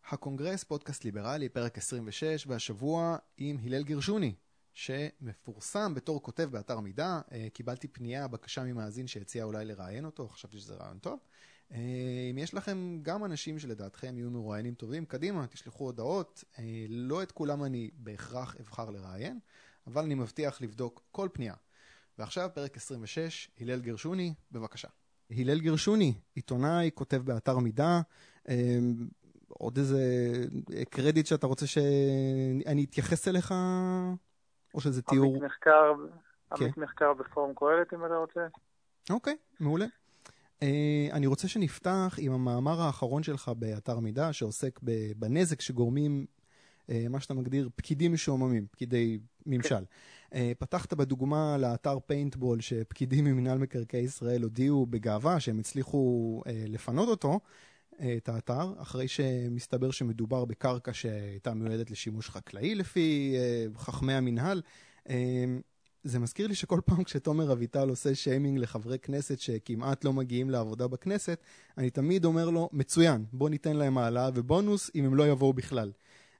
הקונגרס, פודקאסט ליברלי, פרק 26, והשבוע עם הלל גרשוני, שמפורסם בתור כותב באתר מידע. קיבלתי פנייה, בקשה ממאזין שהציע אולי לראיין אותו, חשבתי שזה רעיון טוב. אם יש לכם גם אנשים שלדעתכם יהיו מרואיינים טובים, קדימה, תשלחו הודעות. לא את כולם אני בהכרח אבחר לראיין, אבל אני מבטיח לבדוק כל פנייה. ועכשיו פרק 26, הלל גרשוני, בבקשה. הלל גרשוני, עיתונאי, כותב באתר מידע. עוד איזה קרדיט שאתה רוצה שאני אתייחס אליך, או שזה תיאור? עמית מחקר בפורום קהלת, אם אתה רוצה. אוקיי, מעולה. אני רוצה שנפתח עם המאמר האחרון שלך באתר מידע, שעוסק בנזק שגורמים, מה שאתה מגדיר, פקידים משועממים, פקידי ממשל. פתחת בדוגמה לאתר פיינטבול, שפקידים ממינהל מקרקעי ישראל הודיעו בגאווה שהם הצליחו לפנות אותו, את האתר, אחרי שמסתבר שמדובר בקרקע שהייתה מיועדת לשימוש חקלאי לפי חכמי המנהל. זה מזכיר לי שכל פעם כשתומר אביטל עושה שיימינג לחברי כנסת שכמעט לא מגיעים לעבודה בכנסת, אני תמיד אומר לו, מצוין, בוא ניתן להם העלאה ובונוס אם הם לא יבואו בכלל.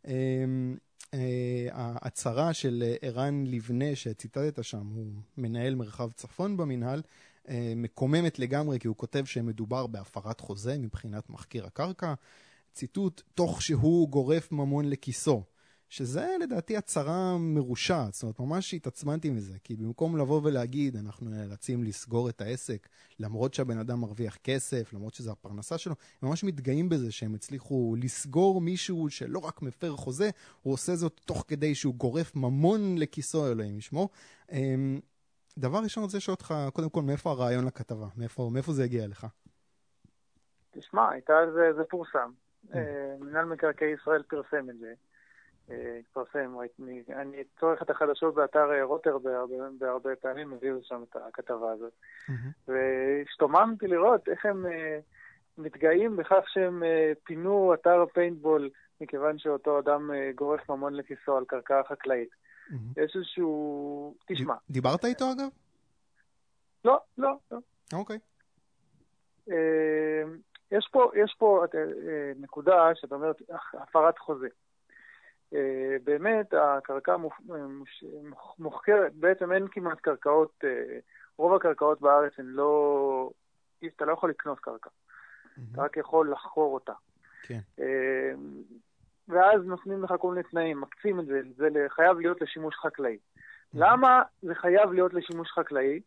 ההצהרה של ערן לבנה שציטטת שם, הוא מנהל מרחב צפון במנהל, מקוממת לגמרי, כי הוא כותב שמדובר בהפרת חוזה מבחינת מחקיר הקרקע, ציטוט, תוך שהוא גורף ממון לכיסו, שזה לדעתי הצהרה מרושעת. זאת אומרת, ממש התעצמנתי מזה, כי במקום לבוא ולהגיד, אנחנו נאלצים לסגור את העסק, למרות שהבן אדם מרוויח כסף, למרות שזה הפרנסה שלו, הם ממש מתגאים בזה שהם הצליחו לסגור מישהו שלא רק מפר חוזה, הוא עושה זאת תוך כדי שהוא גורף ממון לכיסו, אלוהים ישמור. דבר ראשון, רוצה לשאול אותך, קודם כל, מאיפה הרעיון לכתבה? מאיפה זה הגיע לך? תשמע, זה פורסם. מינהל מקרקעי ישראל פרסם את זה. אני צורך את החדשות באתר רוטר בהרבה פעמים, הביאו שם את הכתבה הזאת. והשתוממתי לראות איך הם מתגאים בכך שהם פינו אתר פיינטבול, מכיוון שאותו אדם גורף ממון לכיסו על קרקע חקלאית. יש איזשהו... תשמע. דיברת איתו אגב? לא. אוקיי. יש פה נקודה שאת אומרת, הפרת חוזה. באמת הקרקע מוחקרת, בעצם אין כמעט קרקעות, רוב הקרקעות בארץ הן לא, אתה לא יכול לקנות קרקע. אתה רק יכול לחקור אותה. כן. ואז נותנים לך כל מיני תנאים, מקצים את זה, זה חייב להיות לשימוש חקלאי. למה זה חייב להיות לשימוש חקלאי?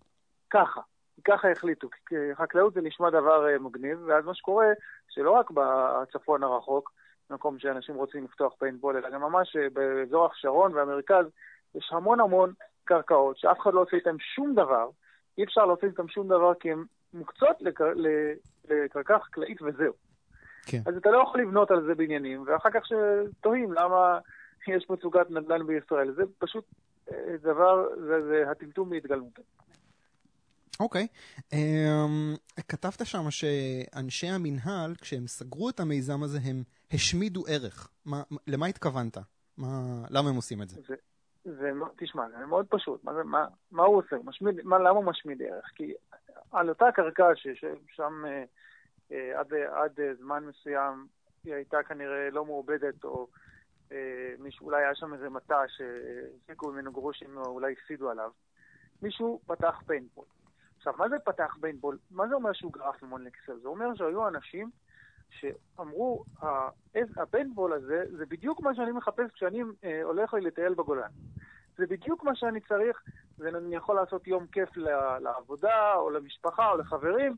ככה החליטו, כי חקלאות זה נשמע דבר מגניב, ואז מה שקורה, שלא רק בצפון הרחוק, במקום שאנשים רוצים לפתוח פיינטבול, אלא גם ממש באזור השרון והמרכז, יש המון קרקעות, שאף אחד לא עושה איתם שום דבר, אי אפשר להוציא איתם שום דבר, כי הן מוקצות לקרקע חקלאית וזהו. כן. אז אתה לא יכול לבנות על זה בעניינים, ואחר כך שתוהים למה יש מצוקת נדל"ן בישראל. זה פשוט דבר, זה הטמטום בהתגלמותו. אוקיי. כתבת שם שאנשי המנהל, כשהם סגרו את המיזם הזה, הם השמידו ערך. למה התכוונת? למה הם עושים את זה? תשמע, זה מאוד פשוט. מה הוא עושה? למה הוא משמיד ערך? כי על אותה קרקע ששם עד זמן מסוים היא הייתה כנראה לא מעובדת, או אולי היה שם איזה מטע שהפסיקו ממנו גרושים, או אולי הפסידו עליו. מישהו פתח פיינטבול. עכשיו, מה זה פתח פיינטבול? מה זה אומר שהוא גרף ממון לכיסו? זה אומר שהיו אנשים שאמרו, הפיינטבול הזה זה בדיוק מה שאני מחפש כשאני הולך לי לטייל בגולן. זה בדיוק מה שאני צריך, ואני יכול לעשות יום כיף לעבודה, או למשפחה, או לחברים.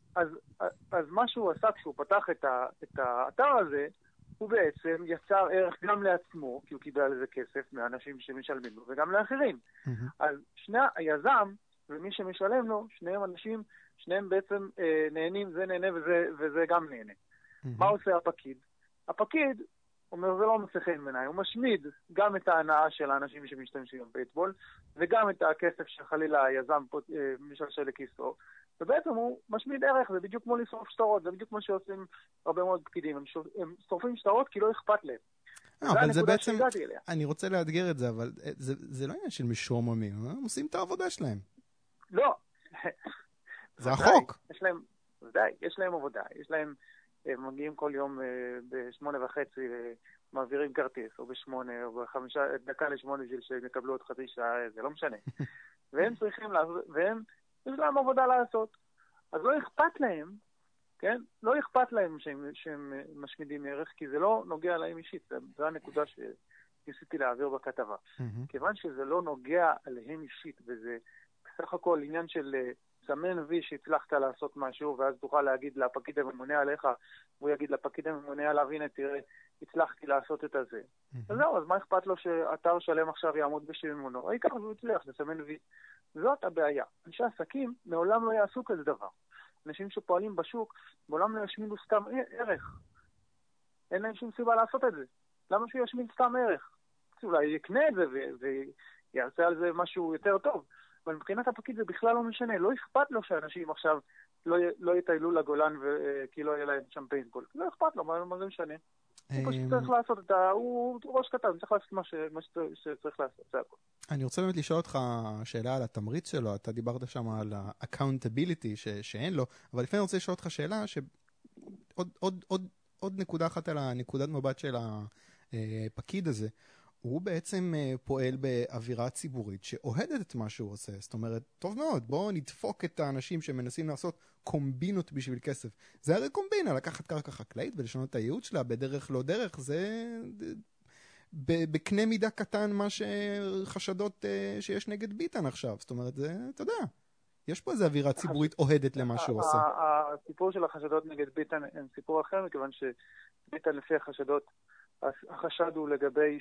אז מה שהוא עשה כשהוא פתח את האתר הזה, הוא בעצם יצר ערך גם לעצמו, כי הוא קיבל על זה כסף מהאנשים שמשלמים לו, וגם לאחרים. אז היזם ומי שמשלם לו, שניהם אנשים, שניהם בעצם נהנים, זה נהנה וזה גם נהנה. מה עושה הפקיד? הפקיד אומר, זה לא מצא חן בעיניי, הוא משמיד גם את ההנאה של האנשים שמשתמשים בפיינטבול, וגם את הכסף שחלילה היזם משלשל לכיסו, ובעצם הוא משמיד ערך, זה בדיוק כמו לשרוף שטרות, זה בדיוק מה שעושים הרבה מאוד פקידים, הם שורפים שטרות כי לא אכפת להם. אבל זה בעצם, אני רוצה לאתגר את זה, אבל זה לא עניין של משועממים, הם עושים את העבודה שלהם. לא. זה החוק. יש להם עבודה, יש להם הם מגיעים כל יום ב8:30, מעבירים כרטיס, או ב8, או דקה ל8 בשביל שהם יקבלו עוד חצי שעה, זה לא משנה. והם צריכים לעשות, יש להם עבודה לעשות. אז לא אכפת להם, כן? לא אכפת להם שהם משמידים ערך, כי זה לא נוגע להם אישית. זו הנקודה שניסיתי להעביר בכתבה. כיוון שזה לא נוגע עליהם אישית, וזה בסך הכל עניין של סמן וי שהצלחת לעשות משהו, ואז תוכל להגיד לפקיד הממונה עליך, והוא יגיד לפקיד הממונה עליו, הנה תראה, הצלחתי לעשות את הזה. אז זהו, אז מה אכפת לו שאתר שלם עכשיו יעמוד בשימונו? העיקר הוא הצליח, זה סמן וי. זאת הבעיה. אנשי עסקים מעולם לא יעשו כזה דבר. אנשים שפועלים בשוק, מעולם לא ישמידו סתם ערך. אין להם שום סיבה לעשות את זה. למה שהוא ישמיד סתם ערך? אולי יקנה את זה ויעשה על זה משהו יותר טוב. אבל מבחינת הפקיד זה בכלל לא משנה. לא אכפת לו שאנשים עכשיו לא יטיילו לגולן כי לא יהיה להם שם פיינטבול. לא אכפת לו, מה זה משנה? הוא פשוט צריך לעשות את הוא ראש קטן, הוא צריך לעשות מה שצריך לעשות, זה הכל. אני רוצה באמת לשאול אותך שאלה על התמריץ שלו, אתה דיברת שם על ה-accountability שאין לו, אבל לפני אני רוצה לשאול אותך שאלה עוד נקודה אחת על הנקודת מבט של הפקיד הזה. הוא בעצם פועל באווירה ציבורית שאוהדת את מה שהוא עושה. זאת אומרת, טוב מאוד, בואו נדפוק את האנשים שמנסים לעשות קומבינות בשביל כסף. זה הרי קומבינה, לקחת קרקע חקלאית ולשנות את הייעוד שלה בדרך לא דרך, זה בקנה מידה קטן מה שחשדות שיש נגד ביטן עכשיו. זאת אומרת, זה, אתה יודע, יש פה איזו אווירה ציבורית אוהדת למה שהוא עושה. הסיפור של החשדות נגד ביטן הם סיפור אחר, מכיוון שביטן לפי החשדות, החשד הוא לגבי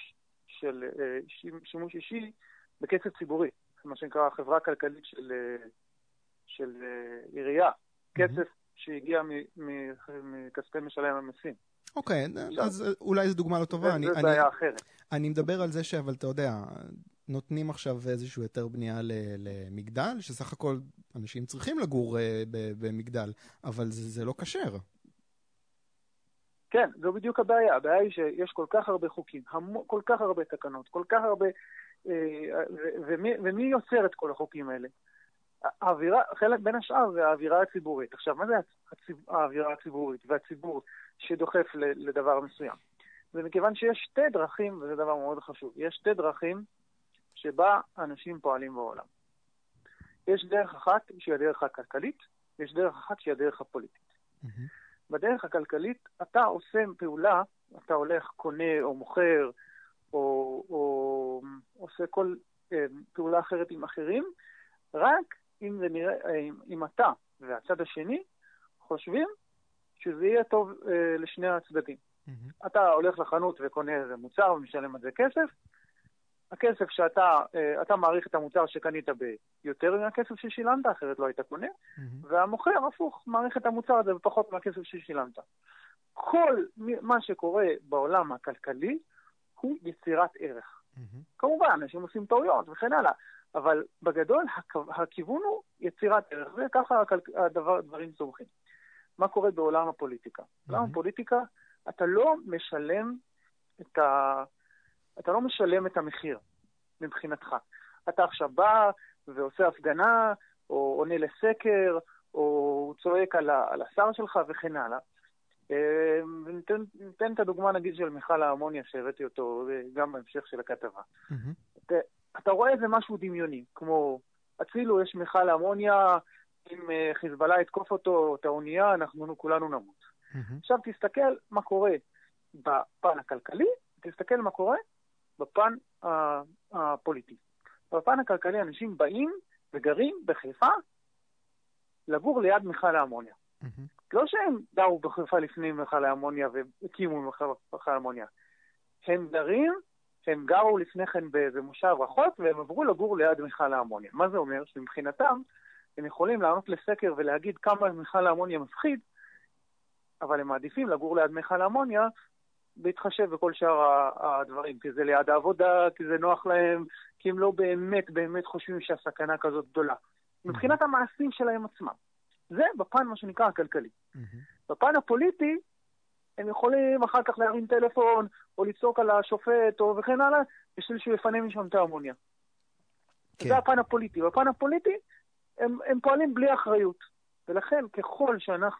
שימוש אישי בכסף ציבורי, מה שנקרא החברה הכלכלית של עירייה, כסף שהגיע מכספי משלם המסים. אוקיי, אז אולי זו דוגמה לא טובה. זה בעיה אחרת. אני מדבר על זה אבל אתה יודע, נותנים עכשיו איזשהו יותר בנייה למגדל, שסך הכל אנשים צריכים לגור במגדל, אבל זה לא כשר. כן, זו בדיוק הבעיה. הבעיה היא שיש כל כך הרבה חוקים, כל כך הרבה תקנות, כל כך הרבה... ומי יוצר את כל החוקים האלה? האווירה, חלק בין השאר זה האווירה הציבורית. עכשיו, מה זה האווירה הציבורית והציבור שדוחף לדבר מסוים? זה מכיוון שיש שתי דרכים, וזה דבר מאוד חשוב, יש שתי דרכים שבה אנשים פועלים בעולם. יש דרך אחת שהיא הדרך הכלכלית, יש דרך אחת שהיא הדרך הפוליטית. בדרך הכלכלית אתה עושה פעולה, אתה הולך, קונה או מוכר, או עושה כל פעולה אחרת עם אחרים, רק אם זה נראה, אם אתה והצד השני חושבים שזה יהיה טוב לשני הצדדים. אתה הולך לחנות וקונה איזה מוצר ומשלם על זה כסף, הכסף אתה מעריך את המוצר שקנית ביותר מהכסף ששילמת, אחרת לא היית קונה, והמוכר הפוך מעריך את המוצר הזה בפחות מהכסף ששילמת. כל מה שקורה בעולם הכלכלי הוא יצירת ערך. כמובן, אנשים עושים טעויות וכן הלאה, אבל בגדול הכיוון הוא יצירת ערך, וככה הדברים צומחים. מה קורה בעולם הפוליטיקה? בעולם הפוליטיקה אתה לא משלם את המחיר מבחינתך. אתה עכשיו בא ועושה הפגנה, או עונה לסקר, או צועק על השר שלך וכן הלאה. ניתן את הדוגמה נגיד של מיכל האמוניה שהראיתי אותו גם בהמשך של הכתבה. אתה רואה איזה משהו דמיוני, כמו הצילו יש מיכל האמוניה, אם חיזבאללה יתקוף אותו, את האונייה, אנחנו כולנו נמות. עכשיו תסתכל מה קורה בפן הכלכלי, תסתכל מה קורה בפן הפוליטי. בפן הכלכלי אנשים באים וגרים בחיפה לגור ליד מיכל האמוניה. לא שהם דרו בחיפה לפני מיכל האמוניה והקימו מיכל האמוניה. הם גרו לפני כן באיזה מושב רחוק והם עברו לגור ליד מיכל האמוניה. מה זה אומר? שמבחינתם הם יכולים לענות לסקר ולהגיד כמה מיכל האמוניה מפחיד, אבל הם מעדיפים לגור ליד מיכל האמוניה בהתחשב בכל שאר הדברים, כי זה ליד העבודה, כי זה נוח להם, כי הם לא באמת חושבים שהסכנה כזאת גדולה. מבחינת המעשים שלהם עצמם. זה בפן מה שנקרא הכלכלי. בפן הפוליטי, הם יכולים אחר כך להרים טלפון, או לצעוק על השופט, או וכן הלאה, בשביל שהוא יפנה משם את האמוניה. זה הפן הפוליטי. בפן הפוליטי, הם פועלים בלי אחריות. ולכן, ככל שאנחנו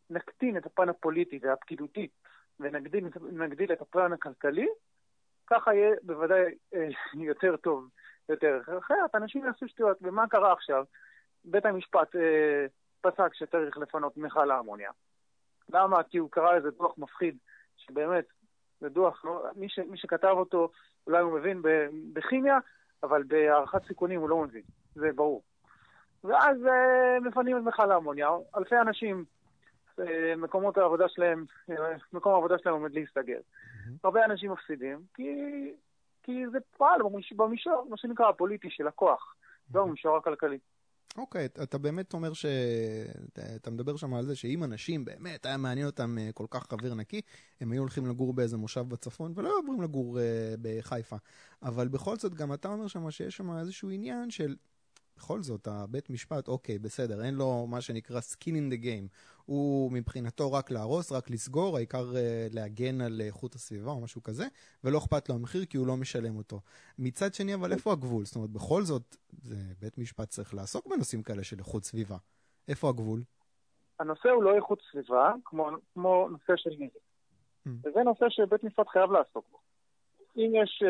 נקטין את הפן הפוליטי והפקידותי, ונגדיל את הפן הכלכלי, ככה יהיה בוודאי יותר טוב, יותר. אחרת, אנשים יעשו שטויות. ומה קרה עכשיו? בית המשפט פסק שצריך לפנות מכל האמוניה. למה? כי הוא קרא איזה דוח מפחיד, שבאמת, זה דוח, מי שכתב אותו, אולי הוא מבין בכימיה, אבל בהערכת סיכונים הוא לא מבין. זה ברור. ואז מפנים את מכל האמוניה. אלפי אנשים, מקום העבודה שלהם עומד להסתגר. הרבה אנשים מפסידים, כי זה פעל במישור, מה שנקרא, הפוליטי של הכוח, לא במישור הכלכלי. אוקיי, אתה באמת אומר אתה מדבר שם על זה שאם אנשים באמת היה מעניין אותם כל כך אוויר נקי, הם היו הולכים לגור באיזה מושב בצפון, ולא היו עוברים לגור בחיפה. אבל בכל זאת גם אתה אומר שם שיש שם איזשהו עניין של, בכל זאת, הבית משפט, אוקיי, בסדר, אין לו מה שנקרא skin in the game. הוא מבחינתו רק להרוס, רק לסגור, העיקר להגן על איכות הסביבה או משהו כזה, ולא אכפת לו המחיר כי הוא לא משלם אותו. מצד שני, אבל איפה הגבול? זאת אומרת, בכל זאת, בית משפט צריך לעסוק בנושאים כאלה של איכות סביבה. איפה הגבול? הנושא הוא לא איכות סביבה, כמו נושא של נזק. וזה נושא שבית משפט חייב לעסוק בו. אם יש,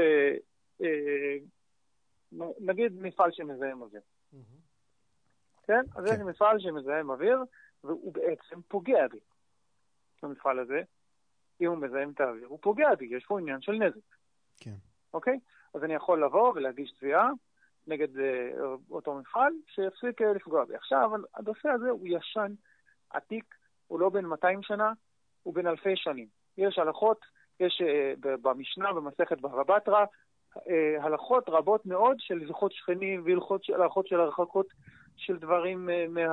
נגיד, מפעל שמזהם אוויר. כן? אז יש מפעל שמזהם אוויר, והוא בעצם פוגע בי. במפעל הזה, אם הוא מזהם את האוויר, הוא פוגע בי, יש פה עניין של נזק. כן. אוקיי? אז אני יכול לבוא ולהגיש תביעה נגד אותו מפעל, שיפסיק לפגוע בי. עכשיו, הנושא הזה הוא ישן, עתיק, הוא לא בין 200 שנה, הוא בין אלפי שנים. יש הלכות, יש במשנה, במסכת בבא בתרא, הלכות רבות מאוד של הלכות שכנים והלכות של הרחקות של דברים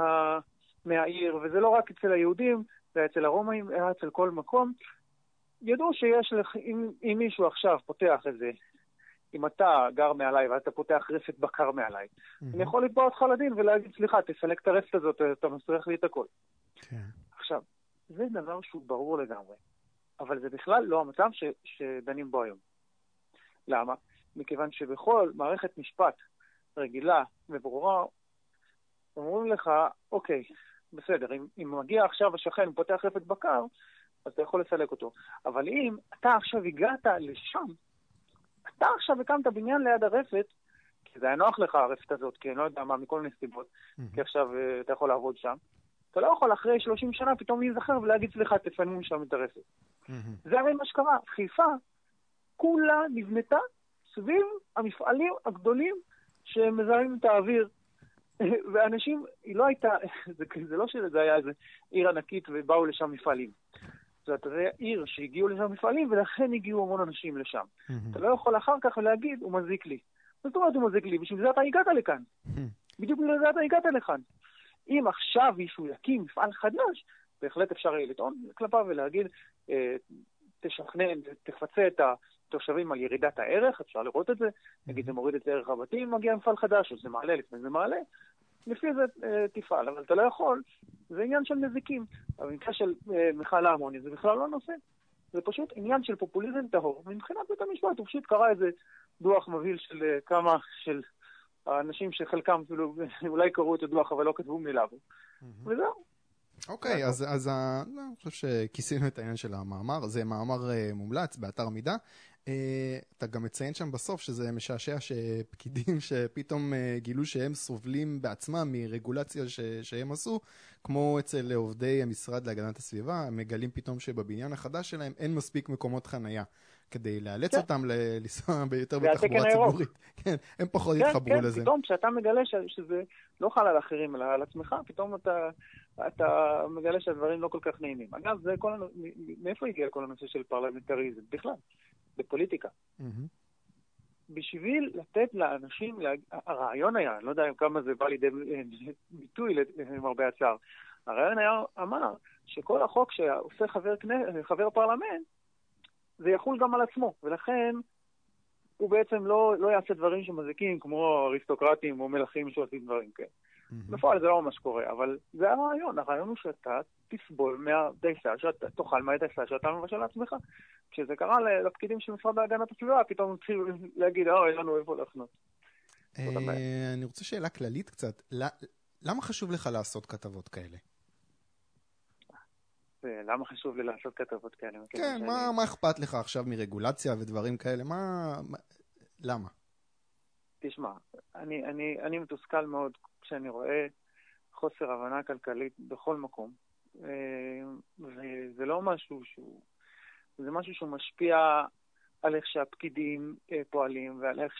מהעיר, וזה לא רק אצל היהודים, זה אצל הרומאים, זה אצל כל מקום. ידעו שיש, אם מישהו עכשיו פותח איזה, אם אתה גר מעליי ואתה פותח רפת בקר מעליי, אני יכול לתבוע אותך לדין ולהגיד, סליחה, תסלק את הרפת הזאת, אתה מסריח לי את הכל. עכשיו, זה דבר שהוא ברור לגמרי, אבל זה בכלל לא המצב שדנים בו היום. למה? מכיוון שבכל מערכת משפט רגילה וברורה, אומרים לך, אוקיי, בסדר, אם מגיע עכשיו השכן ופותח רפת בקר, אז אתה יכול לסלק אותו. אבל אם אתה עכשיו הגעת לשם, אתה עכשיו הקמת בניין ליד הרפת, כי זה היה נוח לך הרפת הזאת, כי אני לא יודע מה, מכל מיני סיבות, כי עכשיו אתה יכול לעבוד שם, אתה לא יכול אחרי 30 שנה פתאום להיזכר ולהגיד, סליחה, תפנו שם את הרפת. זה הרי מה שקרה. חיפה כולה נבנתה סביב המפעלים הגדולים שמזהמים את האוויר. ואנשים, היא לא הייתה, זה לא שזה היה איזה עיר ענקית ובאו לשם מפעלים. זאת אומרת, זה עיר שהגיעו לשם מפעלים ולכן הגיעו המון אנשים לשם. אתה לא יכול אחר כך להגיד, הוא מזיק לי. זאת אומרת, הוא מזיק לי, בשביל זה אתה הגעת לכאן. בדיוק בגלל זה אתה הגעת לכאן. אם עכשיו מישהו יקים מפעל חדש, בהחלט אפשר לטעון כלפיו ולהגיד, תשכנן, תפצה את התושבים על ירידת הערך, אפשר לראות את זה, נגיד זה מוריד את ערך הבתים, מגיע מפעל חדש, או זה מעלה, לפני זה מעלה, לפי זה תפעל, אבל אתה לא יכול, זה עניין של נזיקים. אבל במקרה של מכל האמוניה, זה בכלל לא נושא, זה פשוט עניין של פופוליזם טהור, ומבחינת בית המשפט הוא פשוט קרא איזה דוח מבהיל של כמה, של האנשים שחלקם אפילו, אולי קראו את הדוח, אבל לא כתבו מילה בו, וזהו. אוקיי, אז אני חושב שכיסינו את העניין של המאמר, זה מאמר מומלץ באתר מידע. אתה גם מציין שם בסוף שזה משעשע שפקידים שפתאום גילו שהם סובלים בעצמם מרגולציה שהם עשו, כמו אצל עובדי המשרד להגנת הסביבה, הם מגלים פתאום שבבניין החדש שלהם אין מספיק מקומות חנייה, כדי לאלץ אותם לנסוע ביותר בתחבורה ציבורית. כן, הם פחות יתחברו לזה. כן, פתאום כשאתה מגלה שזה לא חל על אחרים, אלא על עצמך, פתאום אתה מגלה שהדברים לא כל כך נעימים. אגב, מאיפה הגיע כל הנושא של פרלמנטריזם? בכלל, בפוליטיקה. בשביל לתת לאנשים, הרעיון היה, אני לא יודע כמה זה בא לידי ביטוי למרבה הצער, הרעיון היה אמר שכל החוק שעושה חבר פרלמנט, זה יחול גם על עצמו, ולכן הוא בעצם לא יעשה דברים שמזיקים, כמו אריסטוקרטים או מלכים שעושים דברים כאלה. בפועל זה לא ממש קורה, אבל זה הרעיון. הרעיון הוא שאתה תסבול מהדייסה, שאתה תאכל מהדייסה שאתה מבשל לעצמך. כשזה קרה לפקידים של משרד להגנת הסביבה, פתאום התחילו להגיד, אין לנו איפה להחנות. אני רוצה שאלה כללית קצת. למה חשוב לך לעשות כתבות כאלה? למה חשוב לי לעשות כתבות כאלה? כן, מה אכפת לך עכשיו מרגולציה ודברים כאלה? למה? תשמע, אני מתוסכל מאוד כשאני רואה חוסר הבנה כלכלית בכל מקום. וזה לא משהו זה משהו שהוא משפיע על איך שהפקידים פועלים, ועל איך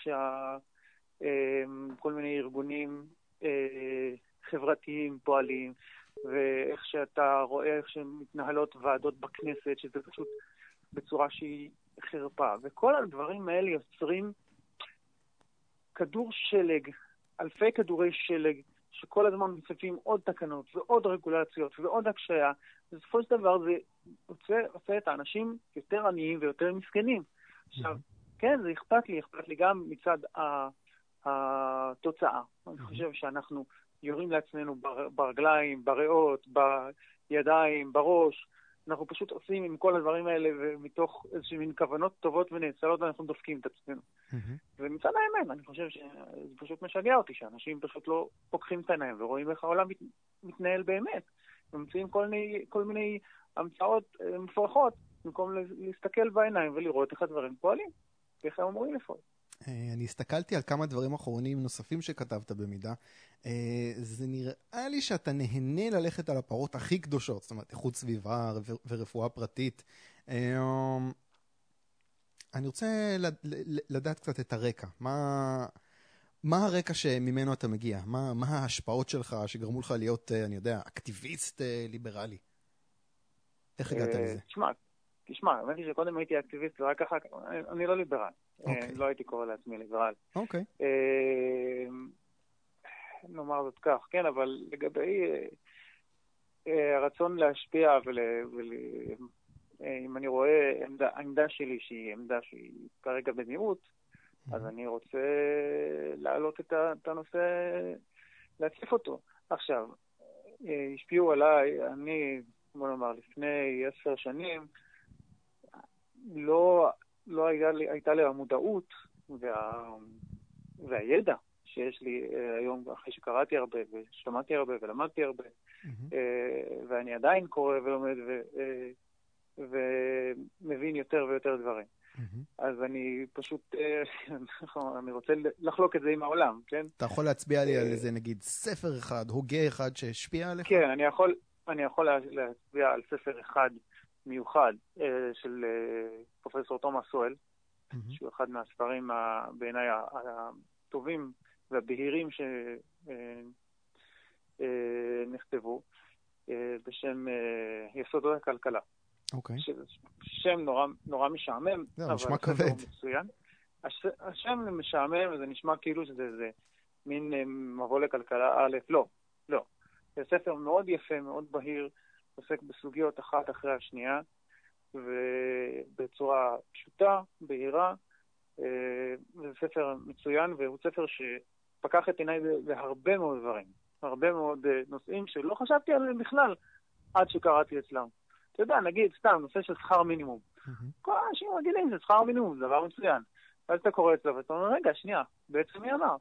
כל מיני ארגונים חברתיים פועלים, ואיך שאתה רואה איך שמתנהלות ועדות בכנסת, שזה פשוט בצורה שהיא חרפה. וכל הדברים האלה יוצרים כדור שלג, אלפי כדורי שלג, שכל הזמן מצפים עוד תקנות ועוד רגולציות ועוד הקשיה. בסופו של דבר זה עושה את האנשים יותר עניים ויותר מסכנים. עכשיו, כן, זה אכפת לי גם מצד התוצאה. אני חושב שאנחנו יורים לעצמנו ברגליים, בריאות, בידיים, בראש. אנחנו פשוט עושים עם כל הדברים האלה, ומתוך איזושהי מין כוונות טובות ונאצלות, אנחנו דופקים את עצמנו. ומצד האמת, אני חושב שזה פשוט משגע אותי, שאנשים פשוט לא פוקחים את העיניים, ורואים איך העולם מתנהל באמת. ומציעים כל מיני המצאות מפרחות, במקום להסתכל בעיניים ולראות איך הדברים פועלים, ואיך הם אמורים לפעול. אני הסתכלתי על כמה דברים אחרונים נוספים שכתבת במידה. זה נראה לי שאתה נהנה ללכת על הפרות הכי קדושות, זאת אומרת, איכות סביבה ורפואה פרטית. אני רוצה לדעת קצת את הרקע. מה הרקע שממנו אתה מגיע? מה ההשפעות שלך שגרמו לך להיות, אני יודע, אקטיביסט ליברלי? איך הגעת לזה? תשמע, האמת היא שקודם הייתי אקטיביסט ורק אחר כך, אני לא ליברל. לא הייתי קורא לעצמי ליברל. אוקיי. נאמר זאת כך, כן, אבל לגבי הרצון להשפיע אם אני רואה העמדה שלי שהיא עמדה שהיא כרגע במיעוט, אז אני רוצה להעלות את הנושא, להציף אותו. עכשיו, השפיעו עליי, אני, בוא נאמר, לפני 10 שנים, לא הייתה לי המודעות והידע שיש לי היום, אחרי שקראתי הרבה ושמעתי הרבה ולמדתי הרבה, ואני עדיין קורא ולומד ומבין יותר ויותר דברים. אז אני פשוט, אני רוצה לחלוק את זה עם העולם, כן? אתה יכול להצביע לי על איזה, נגיד, ספר אחד, הוגה אחד שהשפיע עליך? כן, אני יכול להצביע על ספר אחד מיוחד של פרופסור תומאס סואל, שהוא אחד מהספרים בעיניי הטובים והבהירים שנכתבו, בשם יסודות הכלכלה. אוקיי. שם נורא משעמם, אבל נשמע כבד. מצוין. השם משעמם, וזה נשמע כאילו שזה מין מבוא לכלכלה א', לא. זה ספר מאוד יפה, מאוד בהיר, עוסק בסוגיות אחת אחרי השנייה, ובצורה פשוטה, בהירה, וזה ספר מצוין, והוא ספר שפקח את עיניי בהרבה מאוד דברים, הרבה מאוד נושאים שלא חשבתי עליהם בכלל, עד שקראתי אצלם. אתה יודע, נגיד, סתם, נושא של שכר מינימום. כל האנשים רגילים, זה שכר מינימום, זה דבר מצוין. אז אתה קורא אצלו, ואתה אומר, רגע, שנייה, בעצם מי אמר?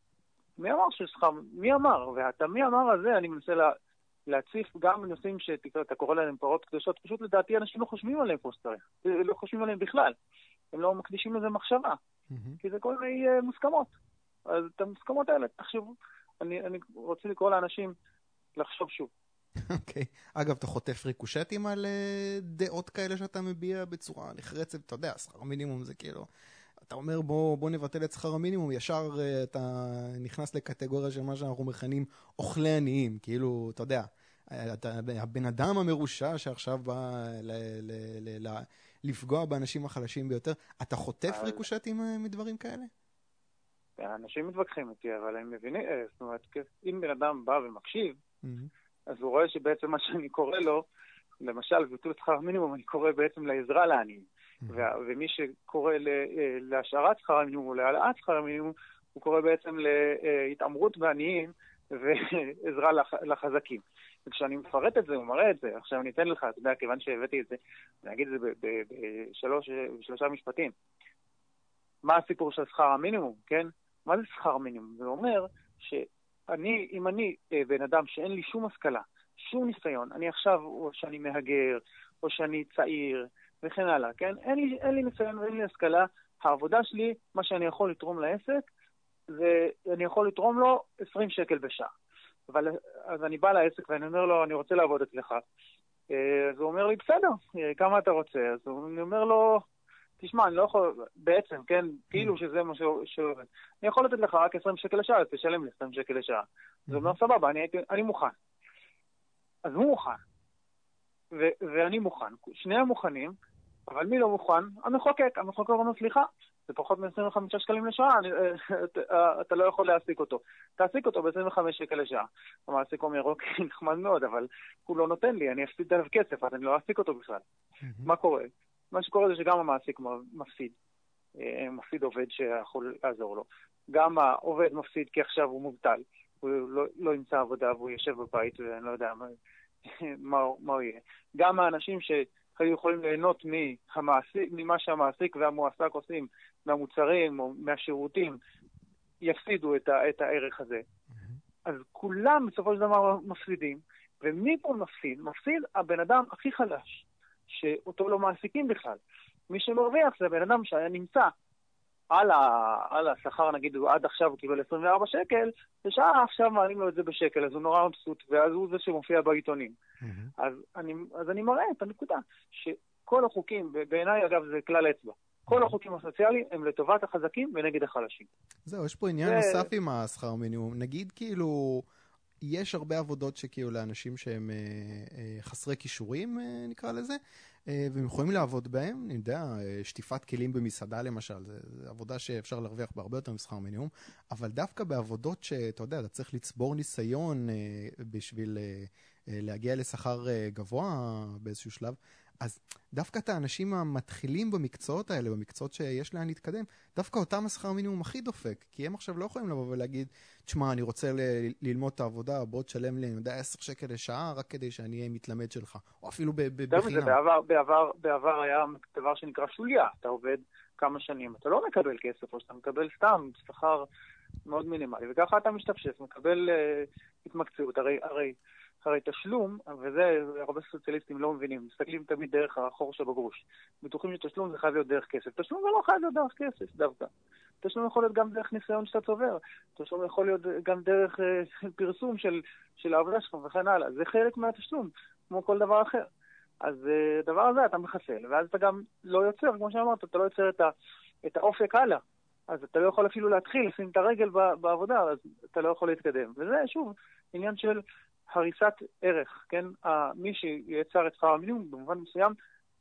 מי אמר? מי אמר הזה, אני מנסה להציף גם נושאים שאתה קורא להם פרות קדושות, פשוט לדעתי אנשים לא חושבים עליהם פה שצריך, לא חושבים עליהם בכלל. הם לא מקדישים לזה מחשבה, כי זה כל מיני מוסכמות. אז את המוסכמות האלה, תחשבו, אני רוצה לקרוא לאנשים לחשוב שוב. אוקיי. אגב, אתה חוטף ריקושטים על דעות כאלה שאתה מביע בצורה נחרצת, אתה יודע, שכר מינימום זה כאילו, אתה אומר בוא נבטל את שכר המינימום, ישר אתה נכנס לקטגוריה של מה שאנחנו מכנים אוכלי עניים, כאילו, אתה יודע, הבן אדם המרושע שעכשיו בא לפגוע באנשים החלשים ביותר, אתה חוטף ריקושטים מדברים כאלה? אנשים מתווכחים איתי, אבל הם מבינים, זאת אומרת, אם בן אדם בא ומקשיב, אז הוא רואה שבעצם מה שאני קורא לו, למשל, ביטול שכר מינימום, אני קורא בעצם לעזרה לעניים. ומי שקורא להשארת שכר המינימום או להעלאת שכר המינימום, הוא קורא בעצם להתעמרות בעניים ועזרה לחזקים. וכשאני מפרט את זה, הוא מראה את זה. עכשיו אני אתן לך, אתה יודע, כיוון שהבאתי את זה, אני אגיד את זה בשלושה משפטים. מה הסיפור של שכר המינימום, כן? מה זה שכר מינימום? זה אומר אם אני בן אדם שאין לי שום השכלה, שום ניסיון. אני עכשיו, או שאני מהגר, או שאני צעיר, וכן הלאה, כן? אין לי ניסיון ואין לי השכלה. העבודה שלי, מה שאני יכול לתרום לעסק, ואני יכול לתרום לו 20 שקל בשעה. אז אני בא לעסק ואני אומר לו, אני רוצה לעבוד אצלך. אז הוא אומר לי, בסדר, כמה אתה רוצה? אז אני אומר לו, תשמע, אני לא יכול, בעצם, כן, כאילו שזה מה שעובד. אני יכול לתת לך רק 20 שקל לשעה, אז תשלם לי 20 שקל לשעה. אז הוא אומר, סבבה, אני מוכן. אז הוא מוכן. ואני מוכן. שניהם מוכנים, אבל מי לא מוכן? המחוקק אומר, סליחה, זה פחות מ-25 שקלים לשעה, אתה לא יכול להעסיק אותו. תעסיק אותו ב-25 שקל לשעה. המעסיק אומר, אוקיי, נחמד מאוד, אבל הוא לא נותן לי, אני אפסיד עליו כסף, אז אני לא אעסיק אותו בכלל. מה קורה? מה שקורה זה שגם המעסיק מפסיד עובד שיכול לעזור לו. גם העובד מפסיד כי עכשיו הוא מובטל, הוא לא ימצא עבודה והוא יושב בבית ואני לא יודע מה הוא יהיה. גם האנשים שהיו יכולים ליהנות ממה שהמעסיק והמועסק עושים, מהמוצרים או מהשירותים, יפסידו את הערך הזה. אז כולם בסופו של דבר מפסידים, ומי פה מפסיד? מפסיד הבן אדם הכי חלש, שאותו לא מעסיקים בכלל. מי שמרוויח זה הבן אדם שהיה נמצא על השכר, נגיד, עד עכשיו הוא קיבל 24 שקל, ושעה עכשיו מעלים לו את זה בשקל, אז הוא נורא מבסוט, ואז הוא זה שמופיע בעיתונים. אז אני מראה את הנקודה, שכל החוקים, בעיניי אגב זה כלל אצבע, כל החוקים הסוציאליים הם לטובת החזקים ונגד החלשים. זהו, יש פה עניין נוסף עם השכר מינימום. נגיד כאילו, יש הרבה עבודות שכאילו לאנשים שהם חסרי כישורים, נקרא לזה, והם יכולים לעבוד בהם, אני יודע, שטיפת כלים במסעדה למשל, זה עבודה שאפשר להרוויח בהרבה יותר משכר מינימום, אבל דווקא בעבודות שאתה יודע, אתה צריך לצבור ניסיון בשביל להגיע לשכר גבוה באיזשהו שלב, אז דווקא את האנשים המתחילים במקצועות האלה, במקצועות שיש להם להתקדם, דווקא אותם השכר מינימום הכי דופק, כי הם עכשיו לא יכולים לבוא ולהגיד, תשמע, אני רוצה ללמוד את העבודה, בוא תשלם לי, אני יודע, 10 שקל לשעה, רק כדי שאני אהיה מתלמד שלך, או אפילו בחינם. בעבר היה דבר שנקרא שוליה, אתה עובד כמה שנים, אתה לא מקבל כסף, או שאתה מקבל סתם שכר מאוד מינימלי, וככה אתה משתפשף, מקבל התמקצעות, הרי תשלום, וזה הרבה סוציאליסטים לא מבינים, מסתכלים תמיד דרך החור שבגרוש. בטוחים שתשלום זה חייב להיות דרך כסף. תשלום זה לא חייב להיות דרך כסף, דווקא. תשלום יכול להיות גם דרך ניסיון שאתה צובר. תשלום יכול להיות גם דרך פרסום של העבודה שלך וכן הלאה. זה חלק מהתשלום, כמו כל דבר אחר. אז דבר הזה אתה מחסל, ואז אתה גם לא יוצר, כמו שאמרת, אתה לא יוצר את האופק הלאה. אז אתה לא יכול אפילו להתחיל, לשים את הרגל בעבודה, אז אתה לא יכול להתקדם. וזה, שוב, עניין של הריסת ערך, כן? מי שיצר את שכר המינימום במובן מסוים,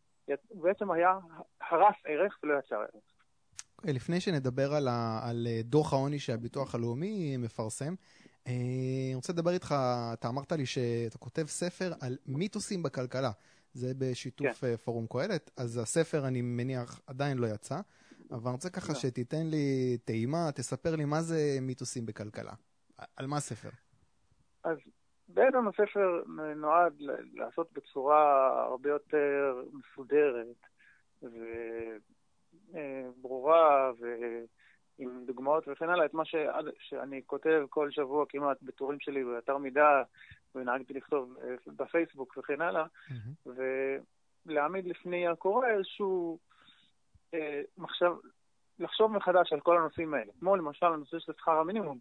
בעצם היה הרס ערך ולא יצר ערך. לפני שנדבר על דוח העוני שהביטוח הלאומי מפרסם, אני רוצה לדבר איתך, אתה אמרת לי שאתה כותב ספר על מיתוסים בכלכלה, זה בשיתוף פורום קהלת, אז הספר אני מניח עדיין לא יצא, אבל אני רוצה ככה שתיתן לי טעימה, תספר לי מה זה מיתוסים בכלכלה, על מה הספר? אז בעצם הספר נועד לעשות בצורה הרבה יותר מסודרת וברורה ועם דוגמאות וכן הלאה, את מה שאני כותב כל שבוע כמעט בטורים שלי באתר מידע ונהגתי לכתוב בפייסבוק וכן הלאה, ולהעמיד לפני הקורא איזשהו לחשוב מחדש על כל הנושאים האלה, כמו למשל הנושא של שכר המינימום,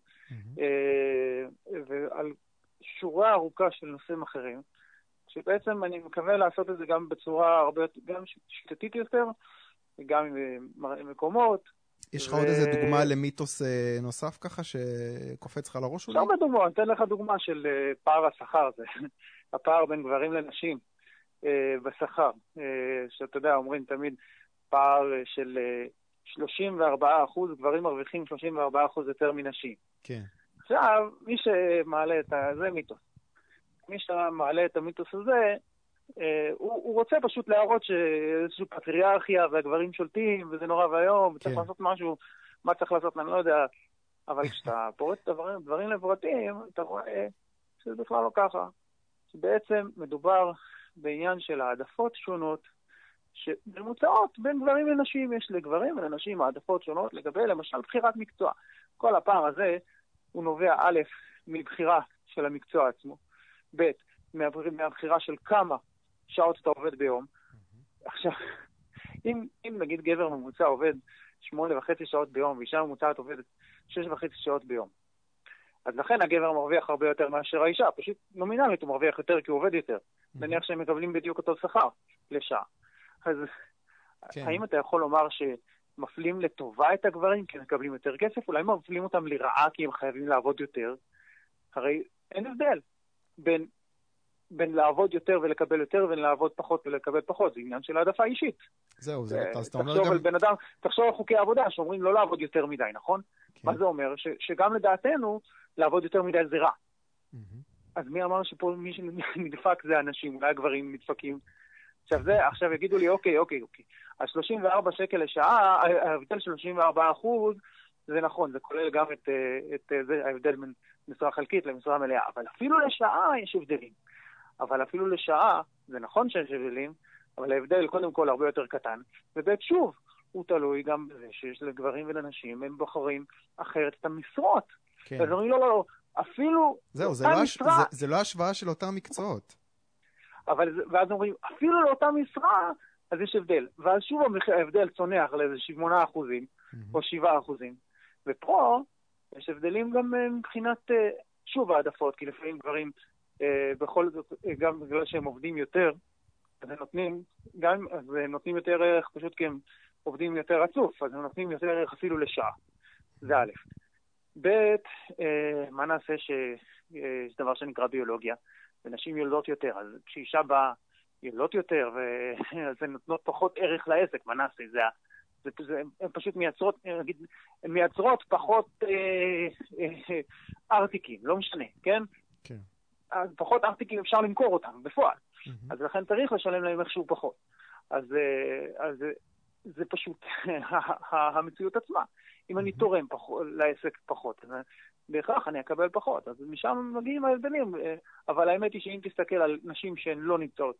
ועל שורה ארוכה של נושאים אחרים, שבעצם אני מקווה לעשות את זה גם בצורה הרבה יותר, גם שיטתית יותר, גם עם מקומות. יש לך עוד איזה דוגמה למיתוס נוסף ככה שקופץ לך לראש אולי? הרבה דוגמא, אני אתן לך דוגמה של פער השכר, זה הפער בין גברים לנשים בשכר, שאתה יודע, אומרים תמיד פער של 34%, גברים מרוויחים 34% יותר מנשים. כן. עכשיו, מי שמעלה את זה מיתוס. מי שמעלה את המיתוס הזה, הוא רוצה פשוט להראות שאיזושהי פטריארכיה והגברים שולטים, וזה נורא והיום, וצריך לעשות משהו, מה צריך לעשות, אני לא יודע. אבל כשאתה פורט את דברים לפרטים, אתה רואה שזה בכלל לא ככה. שבעצם מדובר בעניין של העדפות שונות, שממוצעות בין גברים לנשים. יש לגברים ולנשים העדפות שונות לגבי למשל בחירת מקצוע. כל הפער הזה הוא נובע א' מבחירה של המקצוע עצמו, ב' מהבחירה של כמה שעות אתה עובד ביום. עכשיו, אם נגיד גבר ממוצע עובד 8.5 שעות ביום, ואישה ממוצעת עובדת 6.5 שעות ביום, אז לכן הגבר מרוויח הרבה יותר מאשר האישה, פשוט נומינלית הוא מרוויח יותר כי הוא עובד יותר. נניח שהם מקבלים בדיוק אותו שכר לשעה. אז האם אתה יכול לומר שמפלים לטובה את הגברים כי הם מקבלים יותר כסף? אולי מפלים אותם לרעה כי הם חייבים לעבוד יותר? הרי אין הבדל בין לעבוד יותר ולקבל יותר, ובין לעבוד פחות ולקבל פחות. זה עניין של העדפה אישית. זהו, אז אתה אומר תחשוב גם... על בן אדם, תחשוב על חוקי עבודה, שאומרים לא לעבוד יותר מדי, נכון? מה זה אומר? שגם לדעתנו, לעבוד יותר מדי זה רע. אז מי אמר שפה מי שנדפק זה אנשים, אולי הגברים נדפקים? עכשיו יגידו לי, אוקיי. אז 34 שקל לשעה, ההבדל של 34%, זה נכון, זה כולל גם את ההבדל בין משרה חלקית למשרה מלאה, אבל אפילו לשעה יש הבדלים. אבל אפילו לשעה, זה נכון שיש הבדלים, אבל ההבדל קודם כל הרבה יותר קטן, ובית שוב, הוא תלוי גם בזה שיש לגברים ולנשים, הם בוחרים אחרת את המשרות. כן. אז אומרים, לא, אפילו... זהו, זה לא השוואה של אותם מקצועות. ואז אומרים, אפילו לאותה משרה, אז יש הבדל. ואז שוב ההבדל צונח לאיזה 8% או 7%. ופה יש הבדלים גם מבחינת, שוב העדפות, כי לפעמים גברים, בכל זאת, גם בגלל שהם עובדים יותר, אז הם נותנים יותר ערך, פשוט כי הם עובדים יותר רצוף, אז הם נותנים יותר ערך אפילו לשעה. זה א'. ב', מה נעשה שיש דבר שנקרא ביולוגיה, ונשים יולדות יותר, אז כשאישה באה יולדות יותר, אז הן נותנות פחות ערך לעסק, מה נעשה? הן פשוט מייצרות פחות ארטיקים, לא משנה, כן? כן. אז פחות ארטיקים אפשר למכור אותם בפועל, אז לכן צריך לשלם להם איכשהו פחות. אז זה פשוט המציאות עצמה. אם אני תורם לעסק פחות, בהכרח אני אקבל פחות, אז משם מגיעים ההבדלים. אבל האמת היא שאם תסתכל על נשים שהן לא נמצאות,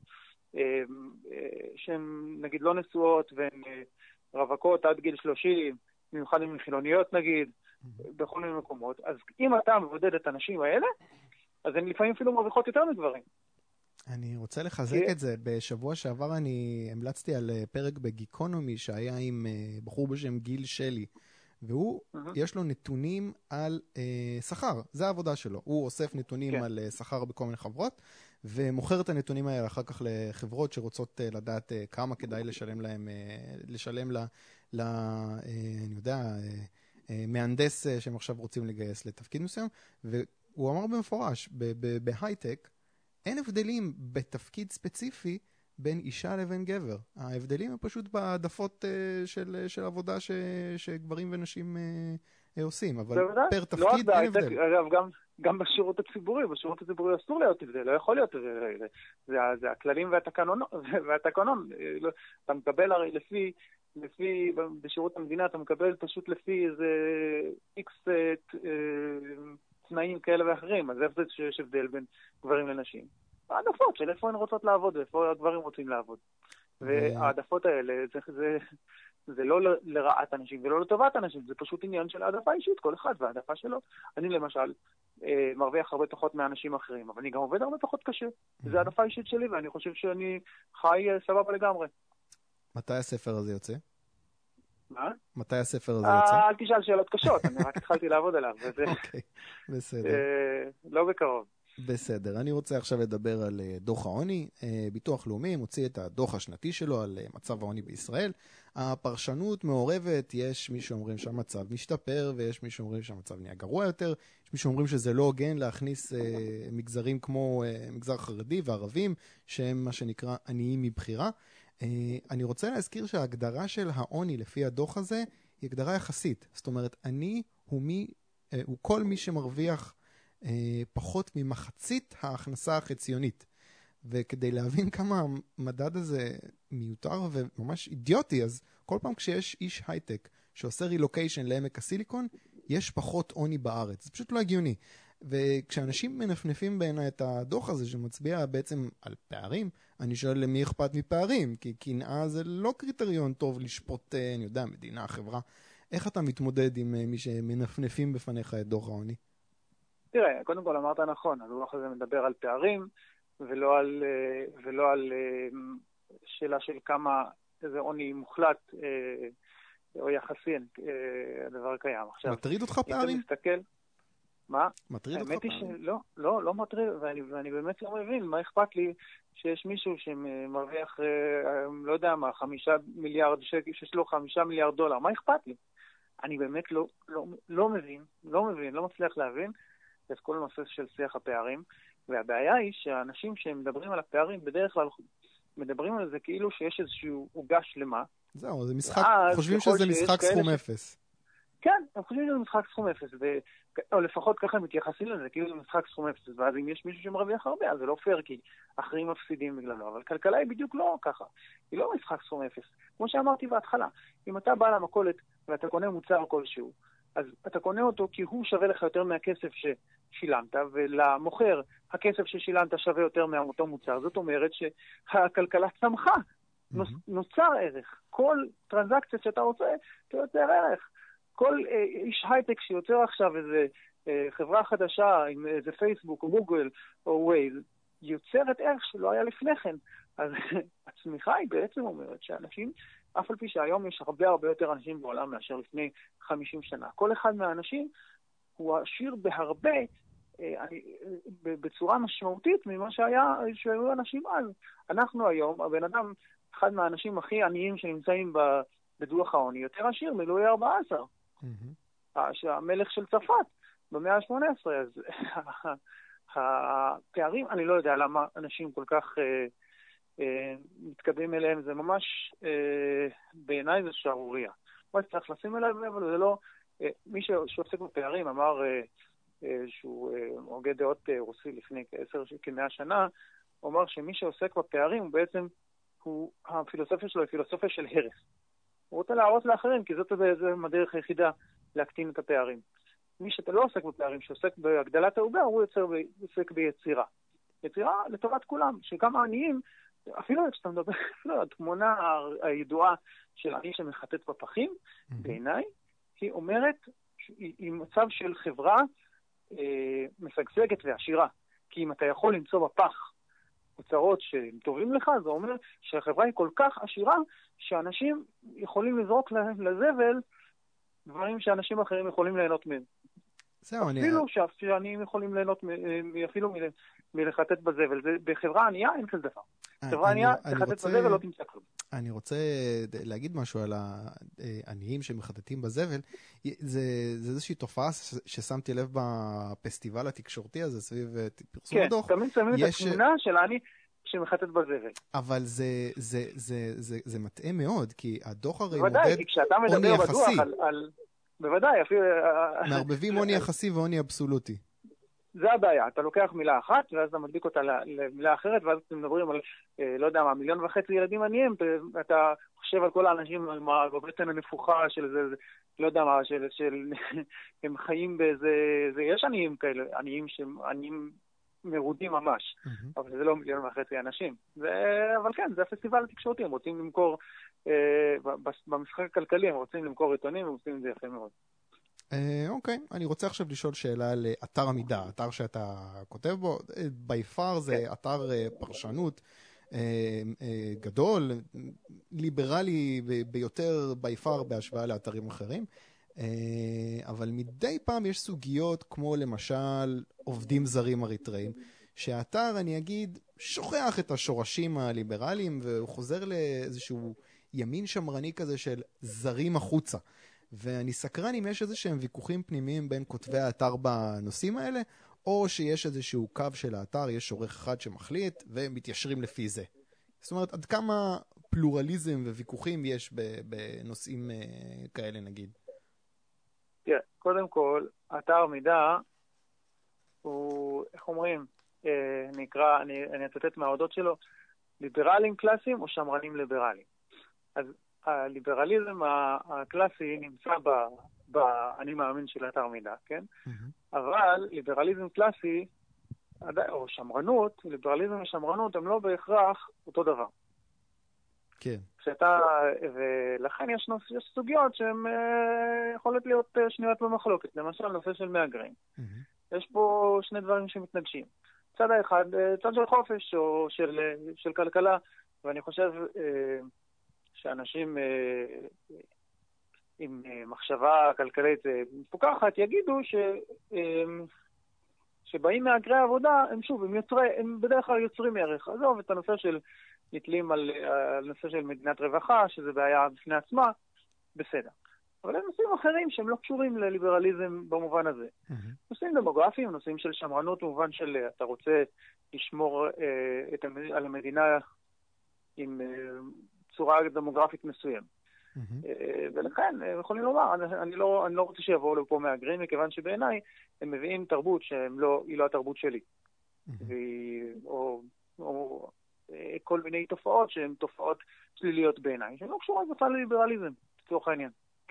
שהן נגיד לא נשואות והן רווקות עד גיל 30, במיוחד עם חילוניות נגיד, בכל מיני מקומות, אז אם אתה מבודד את הנשים האלה, אז הן לפעמים אפילו מרוויחות יותר מגברים. אני רוצה לחזק את זה. בשבוע שעבר אני המלצתי על פרק בגיקונומי שהיה עם בחור בשם גיל שלי, והוא, יש לו נתונים על שכר, זה העבודה שלו. הוא אוסף נתונים על שכר בכל מיני חברות, ומוכר את הנתונים האלה אחר כך לחברות שרוצות לדעת כמה כדאי לשלם אני יודע, מהנדס שהם עכשיו רוצים לגייס לתפקיד מסוים, והוא אמר במפורש, בהייטק, אין הבדלים בתפקיד ספציפי בין אישה לבין גבר. ההבדלים הם פשוט בעדפות של עבודה שגברים ונשים עושים, אבל פר תפקיד אין הבדל. אגב, גם בשירות הציבורי אסור להיות הבדל, לא יכול להיות הבדל. זה הכללים והתקנון. אתה מקבל הרי לפי, בשירות המדינה אתה מקבל פשוט לפי איזה איקס תנאים כאלה ואחרים, אז איפה זה שיש הבדל בין גברים לנשים? העדפות של איפה הן רוצות לעבוד ואיפה הגברים רוצים לעבוד. והעדפות האלה זה לא לרעת אנשים ולא לטובת אנשים, זה פשוט עניין של העדפה אישית, כל אחד והעדפה שלו. אני למשל מרוויח הרבה פחות מאנשים אחרים, אבל אני גם עובד הרבה פחות קשה. זה העדפה אישית שלי ואני חושב שאני חי סבבה לגמרי. מתי הספר הזה יוצא? מה? מתי הספר הזה יוצא? אל תשאל שאלות קשות, אני רק התחלתי לעבוד עליו. אוקיי, בסדר. לא בקרוב. בסדר, אני רוצה עכשיו לדבר על דוח העוני. ביטוח לאומי מוציא את הדוח השנתי שלו על מצב העוני בישראל. הפרשנות מעורבת, יש מי שאומרים שהמצב משתפר, ויש מי שאומרים שהמצב נהיה גרוע יותר, יש מי שאומרים שזה לא הוגן להכניס מגזרים כמו מגזר חרדי וערבים, שהם מה שנקרא עניים מבחירה. אני רוצה להזכיר שההגדרה של העוני לפי הדוח הזה היא הגדרה יחסית. זאת אומרת, עני הוא כל מי שמרוויח פחות ממחצית ההכנסה החציונית. וכדי להבין כמה המדד הזה מיותר וממש אידיוטי, אז כל פעם כשיש איש הייטק שעושה רילוקיישן לעמק הסיליקון, יש פחות עוני בארץ. זה פשוט לא הגיוני. וכשאנשים מנפנפים בעיניי את הדוח הזה שמצביע בעצם על פערים, אני שואל למי אכפת מפערים, כי קנאה זה לא קריטריון טוב לשפוט, אני יודע, מדינה, חברה. איך אתה מתמודד עם מי שמנפנפים בפניך את דוח העוני? תראה, קודם כל אמרת נכון, הדוח הזה מדבר על פערים, ולא על שאלה של כמה, איזה עוני מוחלט או יחסי, הדבר קיים. עכשיו, מטריד אותך פערים? אם אתה מסתכל, מה? מטריד אותך האמת היא פערים? לא מטריד, ואני באמת לא מבין, מה אכפת לי שיש מישהו שמרוויח, לא יודע מה, 5 מיליארד שקל, שיש לו 5 מיליארד דולר, מה אכפת לי? אני באמת לא מבין, לא מצליח להבין את כל הנושא של שיח הפערים, והבעיה היא שהאנשים שמדברים על הפערים בדרך כלל מדברים על זה כאילו שיש איזשהו עוגה שלמה. זהו, זה משחק, חושבים שזה משחק סכום אפס. כן, הם חושבים שזה משחק סכום אפס, או לפחות ככה הם מתייחסים לזה, כאילו זה משחק סכום אפס, ואז אם יש מישהו שמרוויח הרבה, אז זה לא פייר, כי אחרים מפסידים בגללו, אבל כלכלה היא בדיוק לא ככה, היא לא משחק סכום אפס. כמו שאמרתי בהתחלה, אם אתה בא למכולת ואתה קונה מוצר כלשהו, אז אתה קונה אותו כי הוא שווה לך יותר מהכסף ששילמת, ולמוכר הכסף ששילמת שווה יותר מאותו מוצר, זאת אומרת שהכלכלה צמחה, נוצר ערך. כל טרנזקציה שאתה רוצה, אתה יוצר ערך. כל איש הייטק שיוצר עכשיו איזה חברה חדשה עם איזה פייסבוק או גוגל או ווייז, יוצרת ערך שלא היה לפני כן. אז הצמיחה היא בעצם אומרת שאנשים, אף על פי שהיום יש הרבה יותר אנשים בעולם מאשר לפני 50 שנה. כל אחד מהאנשים הוא עשיר בהרבה, בצורה משמעותית ממה שהיו אנשים אז. אנחנו היום, הבן אדם, אחד מהאנשים הכי עניים שנמצאים בדוח העוני, יותר עשיר מלואי 14. המלך של צרפת במאה ה-18. אז הפערים, אני לא יודע למה אנשים כל כך מתקדמים אליהם, זה ממש בעיניי זה שערוריה. מה שצריך לשים אליו, אבל זה לא, מי שעוסק בפערים אמר שהוא הוגה דעות רוסי לפני כ100 שנה, הוא אמר שמי שעוסק בפערים בעצם הפילוסופיה שלו היא פילוסופיה של הרס. הוא רוצה להראות לאחרים, כי זאת הדרך היחידה להקטין את הפערים. מי שאתה לא עוסק בפערים, שעוסק בהגדלת העוגה, הוא עוסק ביצירה. יצירה לטובת כולם, שגם העניים, אפילו כשאתה מדבר, התמונה הידועה של עני שמחטט בפחים, בעיניי, היא אומרת, היא מצב של חברה משגשגת ועשירה. כי אם אתה יכול למצוא בפח אוצרות שהם טובים לך, זה אומר שהחברה היא כל כך עשירה, שאנשים יכולים לזרוק לזבל דברים שאנשים אחרים יכולים ליהנות מהם. אפילו שהעניים יכולים ליהנות אפילו מלחטט בזבל. בחברה ענייה אין כזה דבר. חברה ענייה, לחטט בזבל לא תמצא כלום. אני רוצה להגיד משהו על העניים שמחטטים בזבל. זה איזושהי תופעה ששמתי לב בפסטיבל התקשורתי הזה סביב פרסום הדוח. כן, תמיד שמים את התמונה של העני שמחטט בזבל. אבל זה מטעה מאוד, כי הדוח הרי מודד עוני יחסי. בוודאי, אפילו מערבבים עוני יחסי ועוני אבסולוטי. זה הבעיה, אתה לוקח מילה אחת, ואז אתה מדביק אותה למילה אחרת, ואז אתם מדברים על, לא יודע מה, 1.5 מיליון ילדים עניים, אתה חושב על כל האנשים, בבטן הנפוחה של זה, לא יודע מה, הם חיים באיזה, יש עניים כאלה, עניים מרודים ממש, אבל זה לא 1.5 מיליון אנשים. אבל כן, זה הפסטיבל התקשורתי, הם רוצים למכור, במשחק הכלכלי, הם רוצים למכור עיתונים, הם עושים את זה יפה מאוד. אוקיי, אני רוצה עכשיו לשאול שאלה על אתר המידע, אתר שאתה כותב בו, ביפר זה אתר פרשנות גדול, ליברלי ביותר ביפר בהשוואה לאתרים אחרים, אבל מדי פעם יש סוגיות כמו למשל עובדים זרים אריתראים, שהאתר, אני אגיד, שוכח את השורשים הליברליים והוא חוזר לאיזשהו ימין שמרני כזה של זרים החוצה. ואני סקרן אם יש איזה שהם ויכוחים פנימיים בין כותבי האתר בנושאים האלה, או שיש איזשהו קו של האתר, יש עורך אחד שמחליט ומתיישרים לפי זה. זאת אומרת, עד כמה פלורליזם וויכוחים יש בנושאים כאלה נגיד? תראה, קודם כל, אתר מידע הוא, איך אומרים, נקרא, אני אצטט מההודות שלו, ליברלים קלאסיים או שמרנים ליברליים. אז הליברליזם הקלאסי נמצא אני מאמין של אתר מידע, כן? אבל ליברליזם קלאסי, או שמרנות, ליברליזם ושמרנות הם לא בהכרח אותו דבר. כן. ולכן יש סוגיות שהן יכולות להיות שנויות במחלוקת, למשל נושא של מהגרים. יש פה שני דברים שמתנגשים. צד האחד, צד של חופש או של כלכלה, ואני חושב שאנשים עם מחשבה כלכלית מפוקחת יגידו שבאים מהגרי העבודה, הם בדרך כלל יוצרים ערך. עזוב את הנושא של נתלים על הנושא של מדינת רווחה, שזה בעיה בפני עצמה, בסדר. אבל הם נושאים אחרים שהם לא קשורים לליברליזם במובן הזה. נושאים דמוגרפיים, נושאים של שמרנות במובן של אתה רוצה לשמור על המדינה עם צורה דמוגרפית מסוים. ולכן הם יכולים לומר, אני לא רוצה שיבואו לפה מהגרים, מכיוון שבעיניי הם מביאים תרבות שהיא לא התרבות שלי. או כל מיני תופעות שהן תופעות שליליות בעיניי, שהן לא קשורות בכלל לליברליזם, לצורך העניין.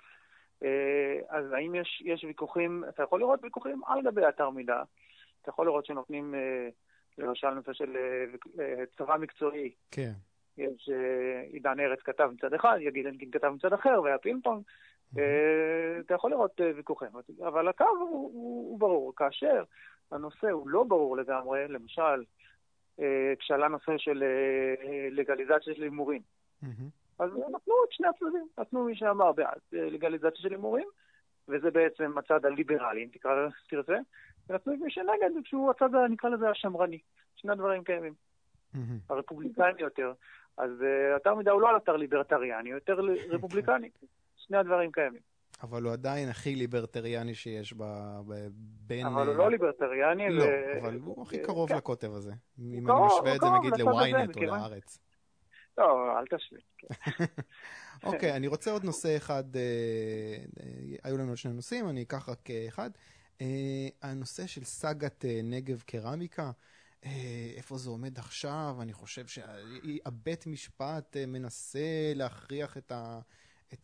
אז האם יש ויכוחים, אתה יכול לראות ויכוחים על גבי אתר מידע, אתה יכול לראות שנותנים למשל נושא של צבא מקצועי. כן. יש עידן ארץ כתב מצד אחד, יגיד אנקין כתב מצד אחר, והיה פינג-פונג. אתה יכול לראות ויכוחים, אבל הקו הוא ברור. כאשר הנושא הוא לא ברור לגמרי, למשל, כשעלה נושא של לגליזציה של הימורים. אז נתנו את שני הצדדים, נתנו מי שאמר בעד לגליזציה של הימורים, וזה בעצם הצד הליברלי, אם תרצה, ונתנו את מי שנגד, שהוא הצד, נקרא לזה, השמרני. שני הדברים קיימים. הרפובליקני יותר. אז אתר מידע הוא לא על אתר ליברטריאני, הוא יותר רפובליקני. שני הדברים קיימים. אבל הוא עדיין הכי ליברטריאני שיש בין... אבל הוא לא ליברטריאני. לא, אבל הוא הכי קרוב לקוטב הזה. אם אני משווה את זה נגיד לוויינט או לארץ. לא, אל תשווה. אוקיי, אני רוצה עוד נושא אחד. היו לנו שני נושאים, אני אקח רק אחד. הנושא של סאגת נגב קרמיקה. איפה זה עומד עכשיו? אני חושב שהבית משפט מנסה להכריח את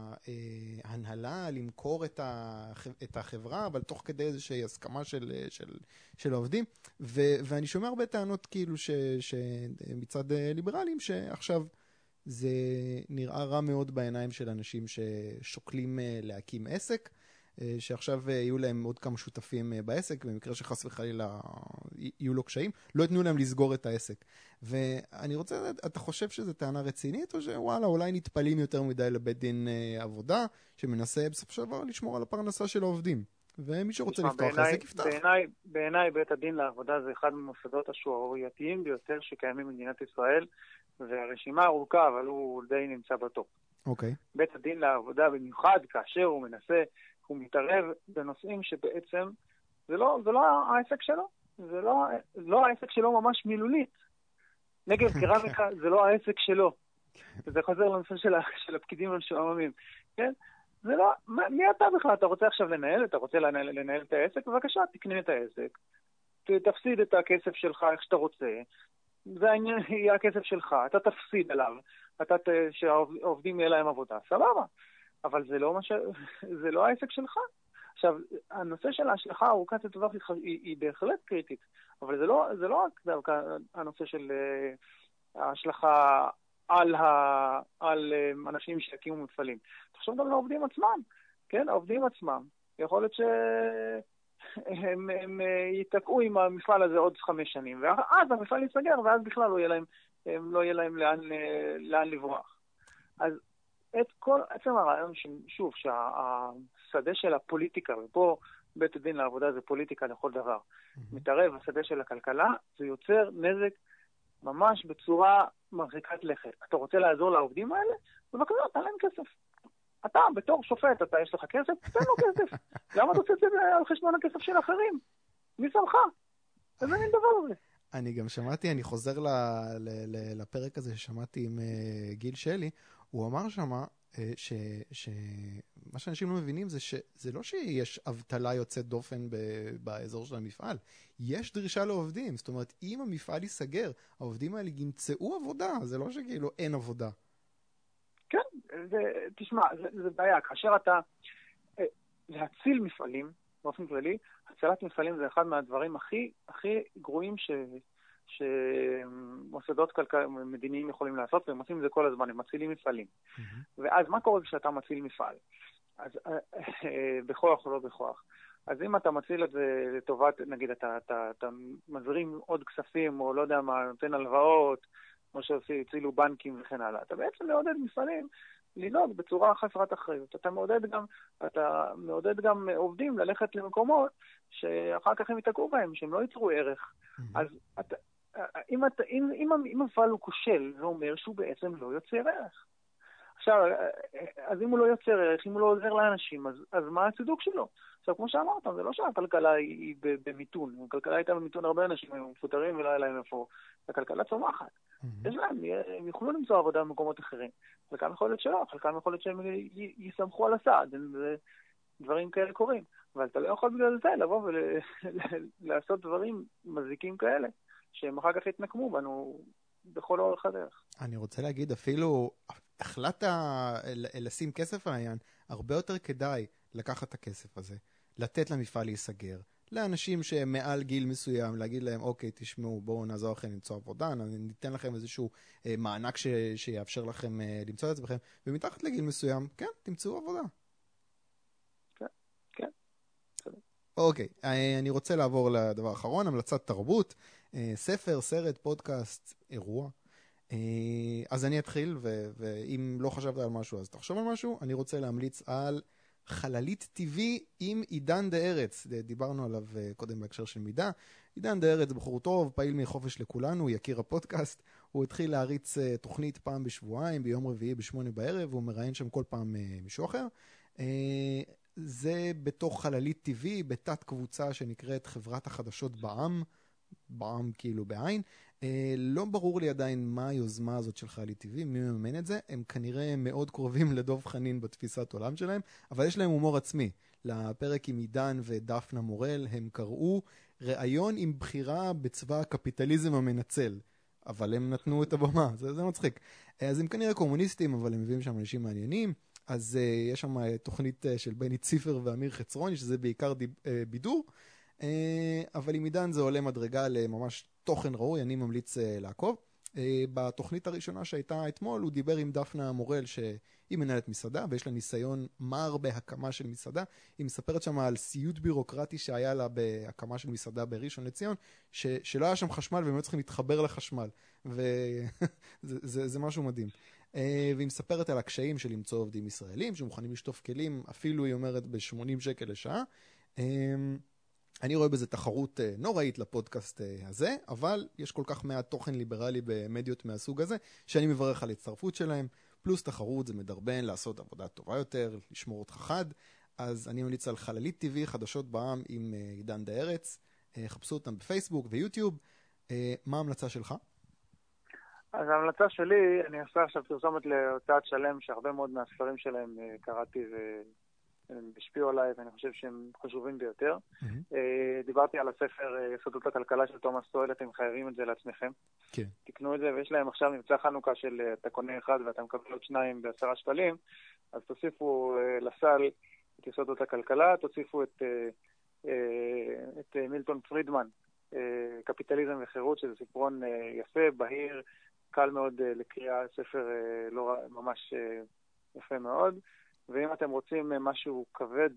ההנהלה למכור את החברה, אבל תוך כדי איזושהי הסכמה של העובדים. ואני שומע הרבה טענות כאילו מצד ליברלים, שעכשיו זה נראה רע מאוד בעיניים של אנשים ששוקלים להקים עסק, שעכשיו יהיו להם עוד כמה שותפים בעסק, במקרה שחס וחלילה יהיו לו קשיים, לא יתנו להם לסגור את העסק. ואני רוצה לדעת, אתה חושב שזו טענה רצינית, או שוואלה, אולי נטפלים יותר מדי לבית דין עבודה, שמנסה בסופו של דבר לשמור על הפרנסה של העובדים? ומי שרוצה לפתוח עסק יפתח. בעיניי בית הדין לעבודה זה אחד מהמוסדות השערורייתיים ביותר שקיימים במדינת ישראל, והרשימה ארוכה, אבל הוא די נמצא בטופ. אוקיי. בית הדין לעבודה במיוחד כאשר הוא מנסה, הוא מתערב בנושאים שבעצם זה לא העסק שלו, זה לא העסק שלו ממש מילולית. נגב קרמיקה זה לא העסק שלו. וזה חוזר לנושא של הפקידים המשועממים. כן? זה לא, מי אתה בכלל? אתה רוצה עכשיו לנהל? אתה רוצה לנהל את העסק? בבקשה, תקנה את העסק. תפסיד את הכסף שלך איך שאתה רוצה. זה העניין, יהיה הכסף שלך. אתה תפסיד עליו. שהעובדים יהיה להם עבודה. סבבה. אבל זה לא העסק שלך. עכשיו, הנושא של ההשלכה ארוכת הטווח היא בהחלט קריטית, אבל זה לא רק דווקא הנושא של ההשלכה על אנשים שיקימו מפעלים. תחשוב גם לעובדים עצמם, כן? העובדים עצמם. יכול להיות שהם ייתקעו עם המפעל הזה עוד 5 שנים, ואז המפעל ייסגר, ואז בכלל לא יהיה להם לאן לברוח. אז עצם הרעיון שוב, שהשדה של הפוליטיקה, ופה בית הדין לעבודה זה פוליטיקה לכל דבר, מתערב בשדה של הכלכלה, זה יוצר נזק ממש בצורה מרחיקת לכת. אתה רוצה לעזור לעובדים האלה? ובכלל, תן להם כסף. אתה, בתור שופט, יש לך כסף? תן לו כסף. למה אתה עושה את זה על חשבון הכסף של אחרים? מי שמך? איזה מין דבר זה? אני גם שמעתי, אני חוזר לפרק הזה ששמעתי עם גיל שלי, הוא אמר שמה שמה שאנשים לא מבינים זה שזה לא שיש אבטלה יוצאת דופן באזור של המפעל, יש דרישה לעובדים, זאת אומרת, אם המפעל ייסגר, העובדים האלה ימצאו עבודה, זה לא שכאילו אין עבודה. כן, תשמע, זה בעיה, כאשר אתה להציל מפעלים, באופן כללי, הצלת מפעלים זה אחד מהדברים הכי גרועים שמוסדות מדיניים יכולים לעשות, והם עושים את זה כל הזמן, הם מצילים מפעלים. ואז מה קורה כשאתה מציל מפעל? אז בכוח או לא בכוח? אז אם אתה מציל את זה לטובת, נגיד, אתה מזרים עוד כספים, או לא יודע מה, נותן הלוואות, כמו שהצילו בנקים וכן הלאה, אתה בעצם מעודד מפעלים לנהוג בצורה חסרת אחריות. אתה מעודד גם עובדים ללכת למקומות שאחר כך הם יתקעו בהם, שהם לא ייצרו ערך. אז אם המפעל הוא כושל, זה אומר שהוא בעצם לא יוצר ערך. עכשיו, אז אם הוא לא יוצר ערך, אם הוא לא עוזר לאנשים, אז מה הצידוק שלו? עכשיו, כמו שאמרת, זה לא שהכלכלה היא במיתון. הכלכלה הייתה במיתון, הרבה אנשים היו מפוטרים ולא היה להם איפה. הכלכלה צומחת. יש להם, הם יוכלו למצוא עבודה במקומות אחרים. חלקם יכול להיות שלא, חלקם יכול להיות שהם יסמכו על הסעד. דברים כאלה קורים. אבל אתה לא יכול בגלל זה לבוא ולעשות דברים מזיקים כאלה, שהם אחר כך יתנקמו בנו בכל אורך הדרך. אני רוצה להגיד, אפילו החלטת לשים כסף על העניין, הרבה יותר כדאי לקחת את הכסף הזה, לתת למפעל להיסגר, לאנשים שהם מעל גיל מסוים, להגיד להם, אוקיי, תשמעו, בואו נעזור לכם למצוא עבודה, ניתן לכם איזשהו מענק שיאפשר לכם למצוא את עצמכם, ומתחת לגיל מסוים, כן, תמצאו עבודה. כן. אוקיי, אני רוצה לעבור לדבר האחרון, המלצת תרבות, ספר, סרט, פודקאסט, אירוע. אז אני אתחיל, ואם לא חשבת על משהו, אז תחשוב על משהו. אני רוצה להמליץ על חללית טבעי עם עידן דה ארץ. דיברנו עליו קודם בהקשר של מידע. עידן דה ארץ בחור טוב, פעיל מחופש לכולנו, יכיר הפודקאסט. הוא התחיל להריץ תוכנית פעם בשבועיים, ביום רביעי ב8 בערב, והוא מראיין שם כל פעם מישהו אחר. זה בתוך חללית טבעי, בתת קבוצה שנקראת חברת החדשות בעם כאילו בעין. לא ברור לי עדיין מה היוזמה הזאת של חללית טבעי, מי מממן את זה. הם כנראה מאוד קרובים לדוב חנין בתפיסת עולם שלהם, אבל יש להם הומור עצמי. לפרק עם עידן ודפנה מורל הם קראו ראיון עם בחירה בצבא הקפיטליזם המנצל. אבל הם נתנו את הבמה, זה מצחיק. אז הם כנראה קומוניסטים, אבל הם מביאים שם אנשים מעניינים. אז יש שם תוכנית של בני ציפר ואמיר חצרוני, שזה בעיקר בידור, אבל עם עידן זה עולה מדרגה לממש תוכן ראוי, אני ממליץ לעקוב. בתוכנית הראשונה שהייתה אתמול, הוא דיבר עם דפנה מורל, שהיא מנהלת מסעדה, ויש לה ניסיון מר בהקמה של מסעדה. היא מספרת שם על סיוט בירוקרטי שהיה לה בהקמה של מסעדה בראשון לציון, שלא היה שם חשמל והם היו צריכים להתחבר לחשמל, וזה משהו מדהים. והיא מספרת על הקשיים של למצוא עובדים ישראלים, שמוכנים לשטוף כלים, אפילו היא אומרת ב-80 שקל לשעה. אני רואה בזה תחרות נוראית לפודקאסט הזה, אבל יש כל כך מעט תוכן ליברלי במדיות מהסוג הזה, שאני מברך על הצטרפות שלהם, פלוס תחרות זה מדרבן לעשות עבודה טובה יותר, לשמור אותך חד, אז אני ממליץ על חללית טבעי, חדשות בעם עם עידן דה ארץ, חפשו אותם בפייסבוק ויוטיוב. מה ההמלצה שלך? אז ההמלצה שלי, אני עושה עכשיו פרסומת להוצאת שלם, שהרבה מאוד מהספרים שלהם קראתי והם השפיעו עליי, ואני חושב שהם חשובים ביותר. דיברתי על הספר יסודות הכלכלה של תומאס סואל, אתם חייבים את זה לעצמכם. כן. תקנו את זה, ויש להם עכשיו מבצע חנוכה של אתה קונה אחד ואתה מקבל עוד 2 ב10 שקלים, אז תוסיפו לסל את יסודות הכלכלה, תוסיפו את מילטון פרידמן, קפיטליזם וחירות, שזה ספרון יפה, בהיר, קל מאוד לקריאה, ספר לא ממש יפה מאוד. ואם אתם רוצים משהו כבד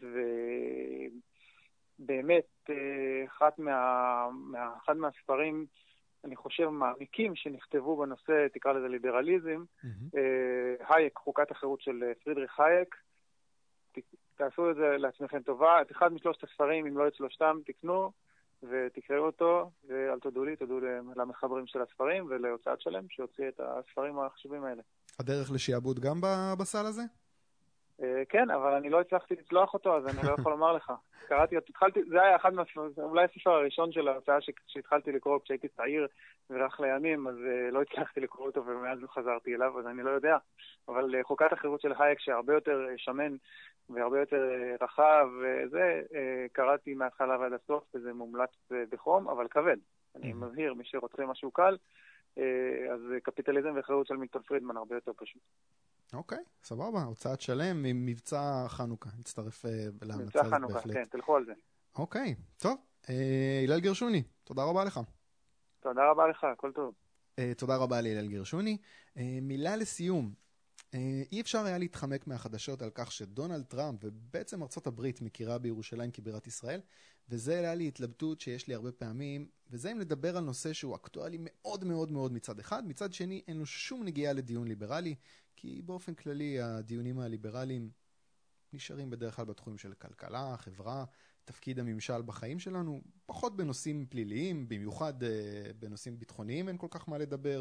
ובאמת אחד מהספרים, אני חושב, מעמיקים שנכתבו בנושא, תקרא לזה ליברליזם, הייק, חוקת החירות של פרידריך הייק, תעשו את זה לעצמכם טובה. את אחד משלושת הספרים, אם לא את שלושתם, תקנו ותקראו אותו, ואל תודו לי, תודו למחברים של הספרים ולהוצאת שלם שהוציא את הספרים החשובים האלה. הדרך לשיעבוד גם בסל הזה? כן, אבל אני לא הצלחתי לצלוח אותו, אז אני לא יכול לומר לך. קראתי אותו, זה היה אחד אולי הספר הראשון של ההוצאה שהתחלתי לקרוא כשהייתי צעיר ורך לימים, אז לא הצלחתי לקרוא אותו ומאז לא חזרתי אליו, אז אני לא יודע. אבל חוקת החירות של הייק, שהרבה יותר שמן והרבה יותר רחב, וזה קראתי מההתחלה ועד הסוף, וזה מומלץ בחום, אבל כבד. אני מבהיר, מי שרוצה משהו קל, אז קפיטליזם וחירות של מילטון פרידמן הרבה יותר פשוט. אוקיי, סבבה, הוצאת שלם עם מבצע חנוכה, נצטרף להמלצה הזאת מבצע חנוכה, כן, תלכו על זה. אוקיי, טוב, הלל גרשוני, תודה רבה לך. תודה רבה לך, הכל טוב. תודה רבה להלל גרשוני. מילה לסיום, אי אפשר היה להתחמק מהחדשות על כך שדונלד טראמפ ובעצם ארצות הברית מכירה בירושלים כבירת ישראל, וזה היה לי התלבטות שיש לי הרבה פעמים, וזה אם לדבר על נושא שהוא אקטואלי מאוד מאוד מאוד מצד אחד, מצד שני אין לו שום נגיעה לדיון ליברלי, כי באופן כללי הדיונים הליברליים נשארים בדרך כלל בתחומים של כלכלה, חברה, תפקיד הממשל בחיים שלנו, פחות בנושאים פליליים, במיוחד בנושאים ביטחוניים אין כל כך מה לדבר,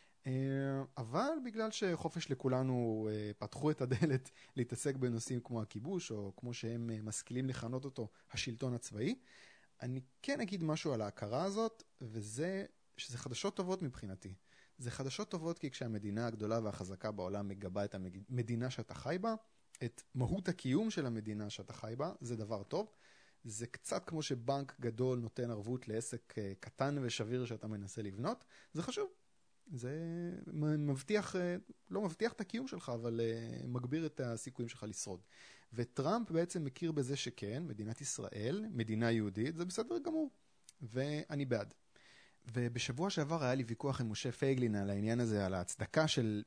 אבל בגלל שחופש לכולנו פתחו את הדלת להתעסק בנושאים כמו הכיבוש, או כמו שהם משכילים לכנות אותו, השלטון הצבאי, אני כן אגיד משהו על ההכרה הזאת, וזה שזה חדשות טובות מבחינתי. זה חדשות טובות כי כשהמדינה הגדולה והחזקה בעולם מגבה את המדינה שאתה חי בה, את מהות הקיום של המדינה שאתה חי בה, זה דבר טוב. זה קצת כמו שבנק גדול נותן ערבות לעסק קטן ושביר שאתה מנסה לבנות. זה חשוב. זה מבטיח, לא מבטיח את הקיום שלך, אבל מגביר את הסיכויים שלך לשרוד. וטראמפ בעצם מכיר בזה שכן, מדינת ישראל, מדינה יהודית, זה בסדר גמור. ואני בעד. ובשבוע שעבר היה לי ויכוח עם משה פייגלין על העניין הזה, על ההצדקה של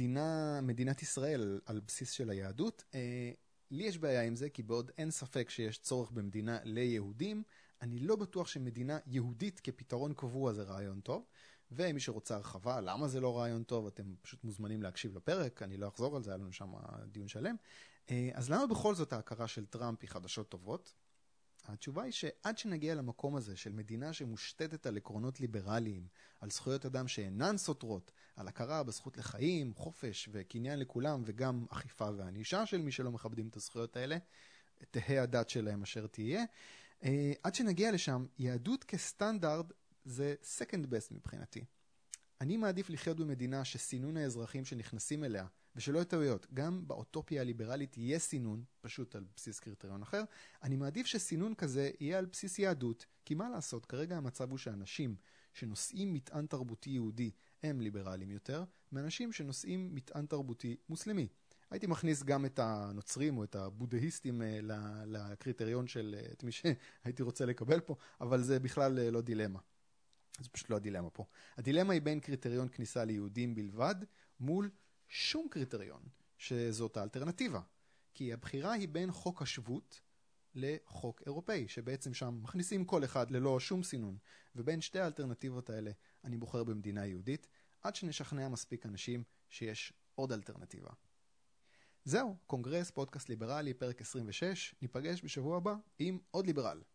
מדינת ישראל על בסיס של היהדות. לי יש בעיה עם זה, כי בעוד אין ספק שיש צורך במדינה ליהודים, אני לא בטוח שמדינה יהודית כפתרון קבוע זה רעיון טוב. ומי שרוצה הרחבה, למה זה לא רעיון טוב, אתם פשוט מוזמנים להקשיב לפרק, אני לא אחזור על זה, היה לנו שם דיון שלם. אז למה בכל זאת ההכרה של טראמפ היא חדשות טובות? התשובה היא שעד שנגיע למקום הזה של מדינה שמושתתת על עקרונות ליברליים, על זכויות אדם שאינן סותרות, על הכרה בזכות לחיים, חופש וקניין לכולם, וגם אכיפה וענישה של מי שלא מכבדים את הזכויות האלה, תהא הדת שלהם אשר תהיה, עד שנגיע לשם, יהדות כסטנדרט זה second best מבחינתי. אני מעדיף לחיות במדינה שסינון האזרחים שנכנסים אליה, ושלא יהיו טעויות, גם באוטופיה הליברלית יהיה סינון, פשוט על בסיס קריטריון אחר, אני מעדיף שסינון כזה יהיה על בסיס יהדות, כי מה לעשות, כרגע המצב הוא שאנשים שנושאים מטען תרבותי יהודי הם ליברליים יותר, מאנשים שנושאים מטען תרבותי מוסלמי. הייתי מכניס גם את הנוצרים או את הבודהיסטים לקריטריון של את מי שהייתי רוצה לקבל פה, אבל זה בכלל לא דילמה. זה פשוט לא הדילמה פה. הדילמה היא בין קריטריון כניסה ליהודים בלבד, מול שום קריטריון, שזאת האלטרנטיבה. כי הבחירה היא בין חוק השבות לחוק אירופאי, שבעצם שם מכניסים כל אחד ללא שום סינון. ובין שתי האלטרנטיבות האלה, אני בוחר במדינה יהודית, עד שנשכנע מספיק אנשים שיש עוד אלטרנטיבה. זהו, קונגרס, פודקאסט ליברלי, פרק 26, ניפגש בשבוע הבא עם עוד ליברל.